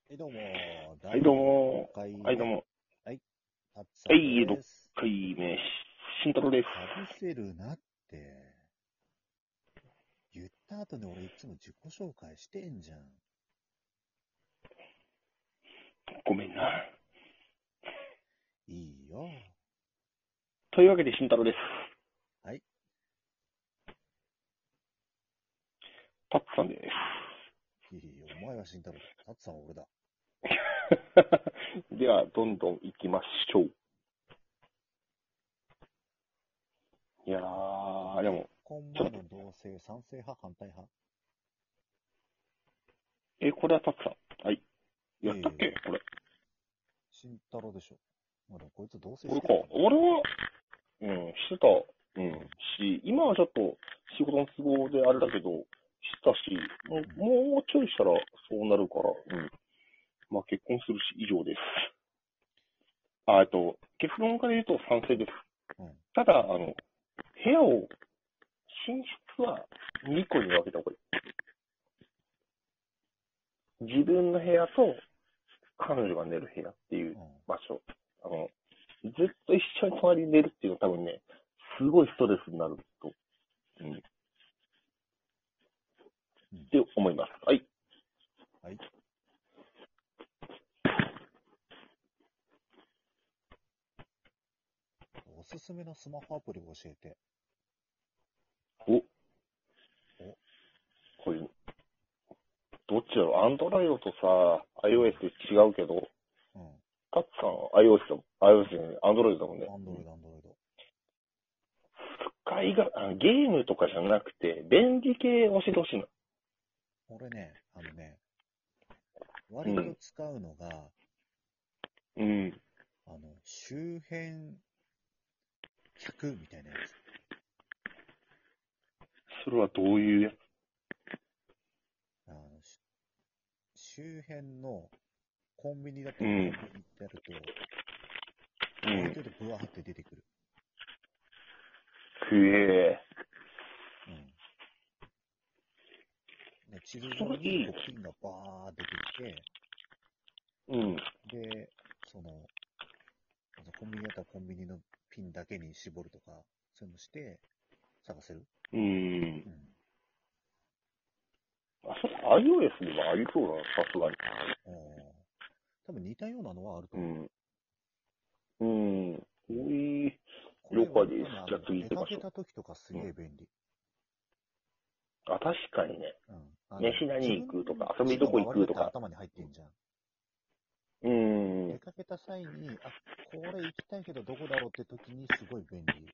はい、どうも、 はい、 第どう 6 も。はい、どう回目。 も。 はい、たつさんはい、6 です。 回目、慎太郎です。 かぶせるなって、言った後に俺いつも自己紹介してんじゃん。 ごめんな。 いいよ。 というわけで、慎太郎です。 はい、 タッツさんでいいよ。お前は慎太郎だ。たつさんは俺だ。 す。では、どんどん行きましょう。いやー、で結も、 婚ちょっと、 前の同棲、賛成派、反対派？ これはタッツさん。はい。 いやったっやいやいや、 けこれ。 慎太郎でしょ。まだこいつ同棲し俺か。 てっから。 俺は、してた。 うん、 今はちょっと仕事の都合であれだけど、したし、 うん、 もうちょいしたらそうなるから、まあ結婚するし以上です。結論から言うと賛成です。 うん。 ただ、部屋を、寝室は2個に分けた方がいい。自分の部屋と彼女が寝る部屋っていううん。 場所。ずっと一緒に隣に寝るっていうのは多分ね、すごいストレスになると、っうん。 て思います。はい。 はい。おすすめのスマホアプリを教えて。 お、 お、 これ、どっちだろう。アンドロイドとさ、 うん、 iOS 違うけど、 うん。 タッツさんは iOS だもん。iOS じゃない、アンドロイドだもんね。 アンドロイド、アンドロイド。 使いが、ゲームとかじゃなくて、便利系教えてほしいの。 俺ね、割とうん。 使うのが、 うん。 周辺100みたいなやつ。 それはどういうやつ？ あの、し周辺のコンビニだとうん。 コンビニ行ってやると、 うん。 ある程度ブワーって出てくる。 くえうん。で地図ー。そ上にれいいね。 こうピンがバー出てきて、 うん。 で、その、コンビニだったらコンビニのピンだけに絞るとか、そういうのして探せる。 うん。 うん。 あ、それ iOS にもありそうだな、さすがに。 あ多分似たようなのはあると思うん。うん。 う。うん。 おい、 これ了解です。 割とね、 じゃあ次行出かけきましょた時とかすう。うん。 げえ便利。 あ、確かにね。 うん。 飯何自分行くとか、遊び家のどこ行周りだったらくとか。 頭に入ってんじゃん。 うん。 出かけた際に、あ、これ行きたいけどどこだろうって時にすごい便利。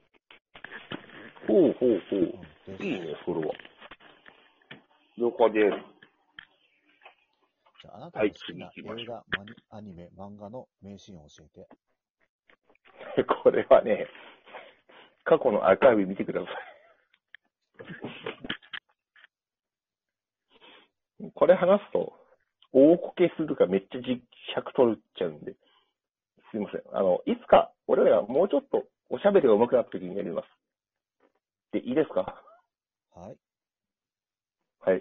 ほうほうほうん、でう。いいす。 ね、それは。了解です。 じゃあ、あなたはい、 の好きな次行きましょ映画、アニメ、漫画の名シーンを教えて。 う。これはね、過去のアーカイブ見てください。これ話すと、大こけするかめっちゃ尺取っちゃうんで、すいません。いつか、俺らがもうちょっとおしゃべりが上手くなった時にやります。で、いいですか？ はい。 はい。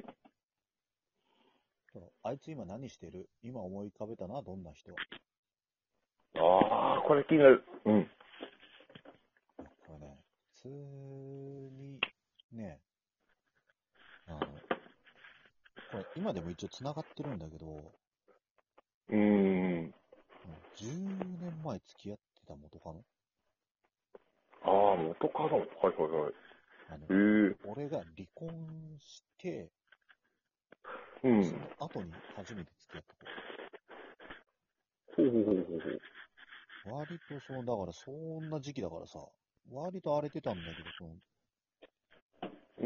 あいつ今何してる？今思い浮かべたのはどんな人？いああ、これ気になる。うん。 や、これね、普通に、ね、あの、これ今でも一応繋がってるんだけど、 うーん。 10年前付き合ってた元カノ。 ああ、元カノ。はいはいはい。 あの、 へえ。 俺が離婚して、 うん。 その後に初めて付き合った子。 ほうほうほうほうほう。 割とだからそんな時期だからさ、割と荒れてたんだけど、 うん。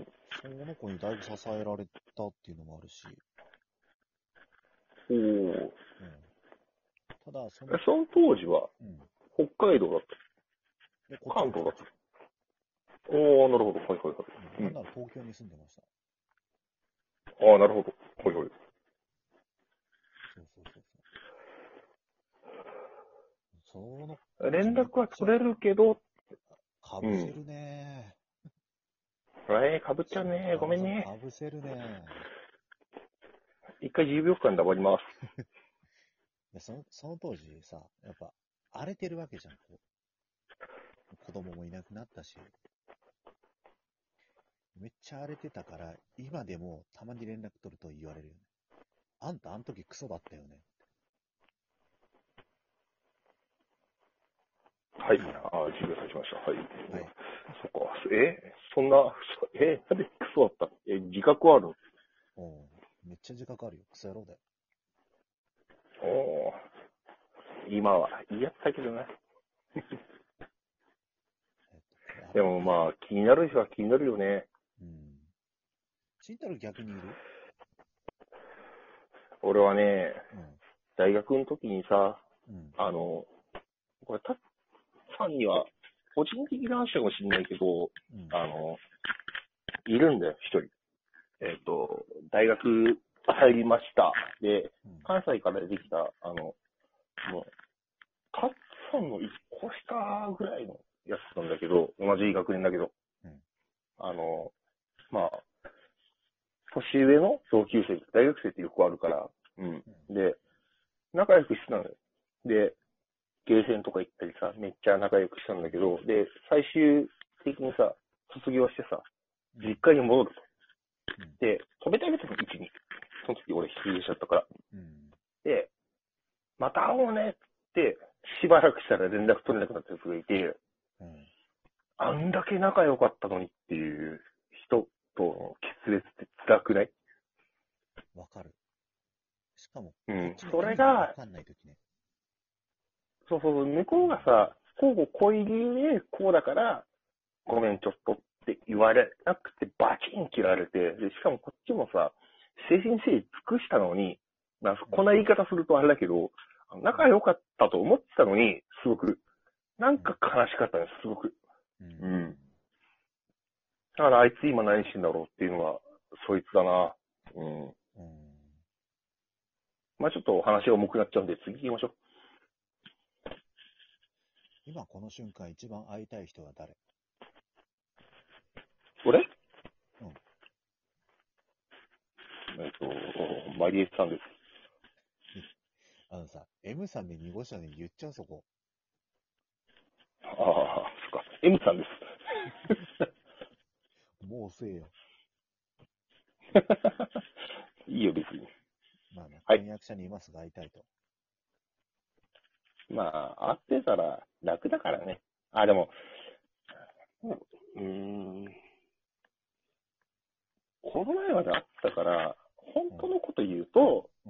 その子にだいぶ支えられたっていうのもあるし、 ほう。 うん。ただ、 その当時はうん。 北海道だっで、こった？ ちこっちこっち。 関東だった？おー、なるほど。はいはいはい。 うん。なんなら東京に住んでました。 ああ、なるほど。 うん。 はいはい。 そうそうそうそう。その子と連めっちゃ絡は取れるけど、 かうん。 ぶせるね。 かぶっちゃうね。ご慎太郎さん、 めんね。 かぶせるね。 回10秒間黙ります。 でその当時さ、やっぱ荒れてるわけじゃん。子供もいなくなったし、めっちゃ荒れてたから、今でもたまに連絡取ると言われるよね。あんたあの時クソだったよね。 はい。10秒経ちました。はい。 はい。 そっか。そんな、なんでクソだった？自覚ある？ めっちゃ自覚あるよ。クソ野郎だよ。 おー、今は嫌ったけどね。 これあれでもまあ、気になる人は気になるよね。 うん。慎太郎逆にいる？ 俺はね、 うん。 大学の時にさ、 うん。 これ、タッさんには、個人的な話かもしれないけど、 うん。 いるんだよ、一人。大学入りました。で、 うん。 関西から出てきた、もう、タッさんの一個下ぐらいのやつなんだけど、同じ学年だけど、 うん。 まあ、年上の同級生、大学生ってよくあるから、うん。で、仲良くしてたのよ。で、ゲーセンとか行ったりさ、めっちゃ仲良くしたんだけど、で、最終的にさ、卒業してさ、 うん。 実家に戻ると。 うん。 で、飛べてあげたの、位置に。その時俺失業しちゃったから。 うん。 で、また会おうねって、しばらくしたら連絡取れなくなったやつがいて、 うん。 あんだけ仲良かったのにっていう人との決裂って辛くない？ わかる。しかも、 うん。 こっちのそ意味がわれが、 かんないときね。 そうそう、向こうがさ、こういう理由でこうだから、ごめんちょっとって言われなくてバチン切られて、で、しかもこっちもさ、誠心誠意尽くしたのに、まあ、こんな言い方するとあれだけど、仲良かったと思ってたのに、すごく、なんか悲しかったんです、すごく。 うん。 うん。だからあいつ今何してんだろうっていうのは、そいつだな。うん。 うん。 まあちょっと話が重くなっちゃうんで、次行きましょう。 今この瞬間一番会いたい人は誰？ 俺うん。 マリエさんです。 さ、M さんで濁したのに言っちゃうそこ。 ああ、そっか。M さんです。 もう遅えよ。 いいよ、別に。 まあまあ、 はい。 婚約者に今すぐ会いたいと。 まあ、会ってたら楽だからね。あ、でも、この前まで会ったから、本当のこと言うと、 うん。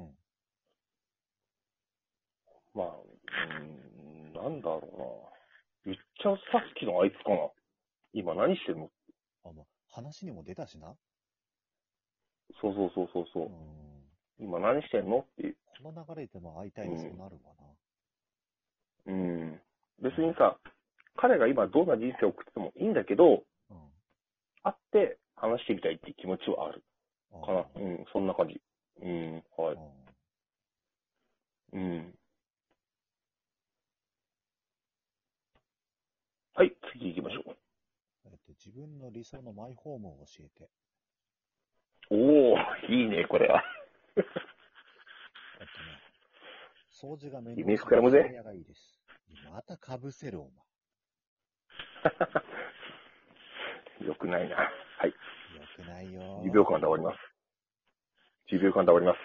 まあ、なんだろうな。言っちゃうさっきのあいつかな。今何してんの？ まあ、話にも出たしな。 そうそうそうそうそう。 うん。 今何してんのっていう。 この流れでも会いたいにそうなるわうん。別にさ、彼が今どんな人生を送っててもいいんだけど、 な。 会って話してみたいっていう気持ちはあるうん。 かな。うん、そんな感じ。うん、はい。うん。はい、次行きましょう。 自分の理想のマイホームを教えて。 おー、いいね、これは。 掃除がめんどく夢さいで膨らむぜ。 平屋がいいです。またかぶせるおよくないな。はい。 前。よくない 10秒よ間で終わります。10秒間で終わります。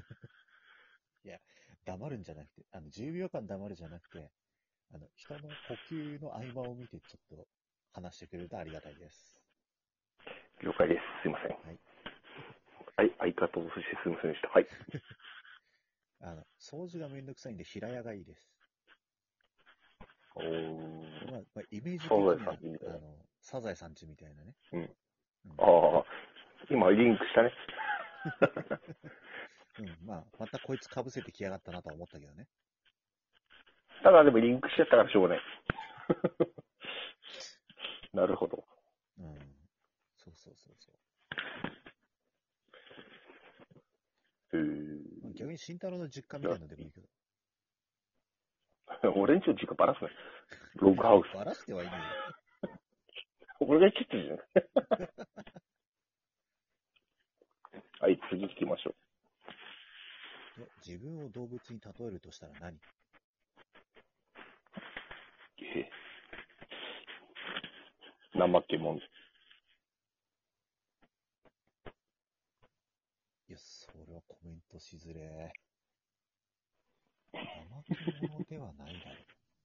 いや、黙るんじゃなくて、10秒間黙るじゃなくて、人の呼吸の合間を見てちょっと話してくれるとありがたいです。 了解です。すいません。 はい。 はい、相方としてすいませんでした。はい。 掃除がめんどくさいんで平屋がいいです。 おー、 まあ、イメージ的サザエには、 さんみたいな。 サザエさんちみたいなね。 うん。 うん。 ああ、今リンクしたね。 うん、まあ、またこいつかぶせてきやがったなとは思ったけどね。 ただでもリンクしちゃったからしょうがない。なるほど。 うん。そうそうそうそう。まあ、逆に慎太郎の実家みたいのでもいいけど。 俺んちの実家バラすね。ログハウス。 バラしてはいねえよ。 俺が言っちゃってるじゃん。はい、次行きましょ自分を動物に例えるとしたら何？ 怠け者。 いや、それはコメントしづれー。怠け者ではないだろ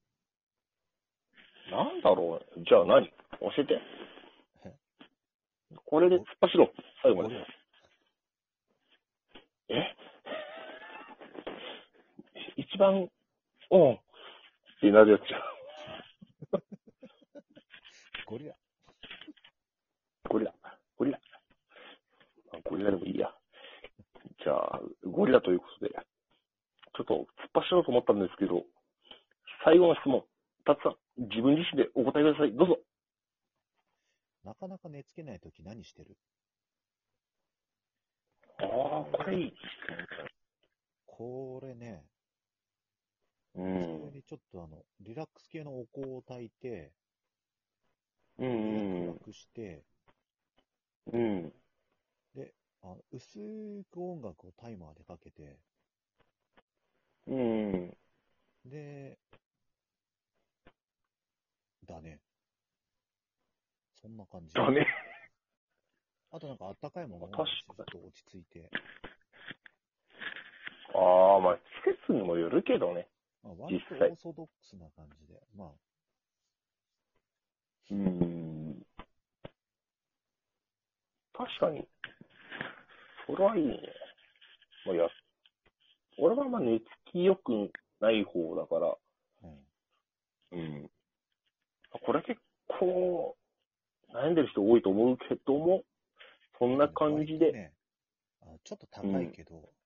なんだろうね。じゃあ何？教えて。 えこれで突っ走ろう。最後まで。 ゴリラ。 え一番、ってなるやつじゃん。 ゴリラ。 ゴリラ。ゴリラ。ゴリラでもいいや。じゃあ、ゴリラということで、ちょっと突っ走ろうと思ったんですけど、最後の質問。たつさん、自分自身でお答えください。どうぞ。 なかなか寝つけないとき何してる？ ああ、これいい。 これね、 う普通ん。 にちょっとリラックス系のお香を焚いて、 う部屋暗ん。 くして、 うん。 で、薄く音楽をタイマーでかけて、 うん。 で、だね。そんな感じ。 だね。 あとなんかあったかいもの飲ん確だりして、ちかに。 ょっと落ち着いて。 ああ、まあ、季節にもよるけどね。 まあ、割実際。 とオーソドックスな感じで。まあ、 うん。確かに。それはいいね。まあ、俺はまあ寝つき良くない方だから、 うん。 うん。これ結構悩んでる人多いと思うけども、そんな感じで、 割とね、ちょっとうん。 高いけど、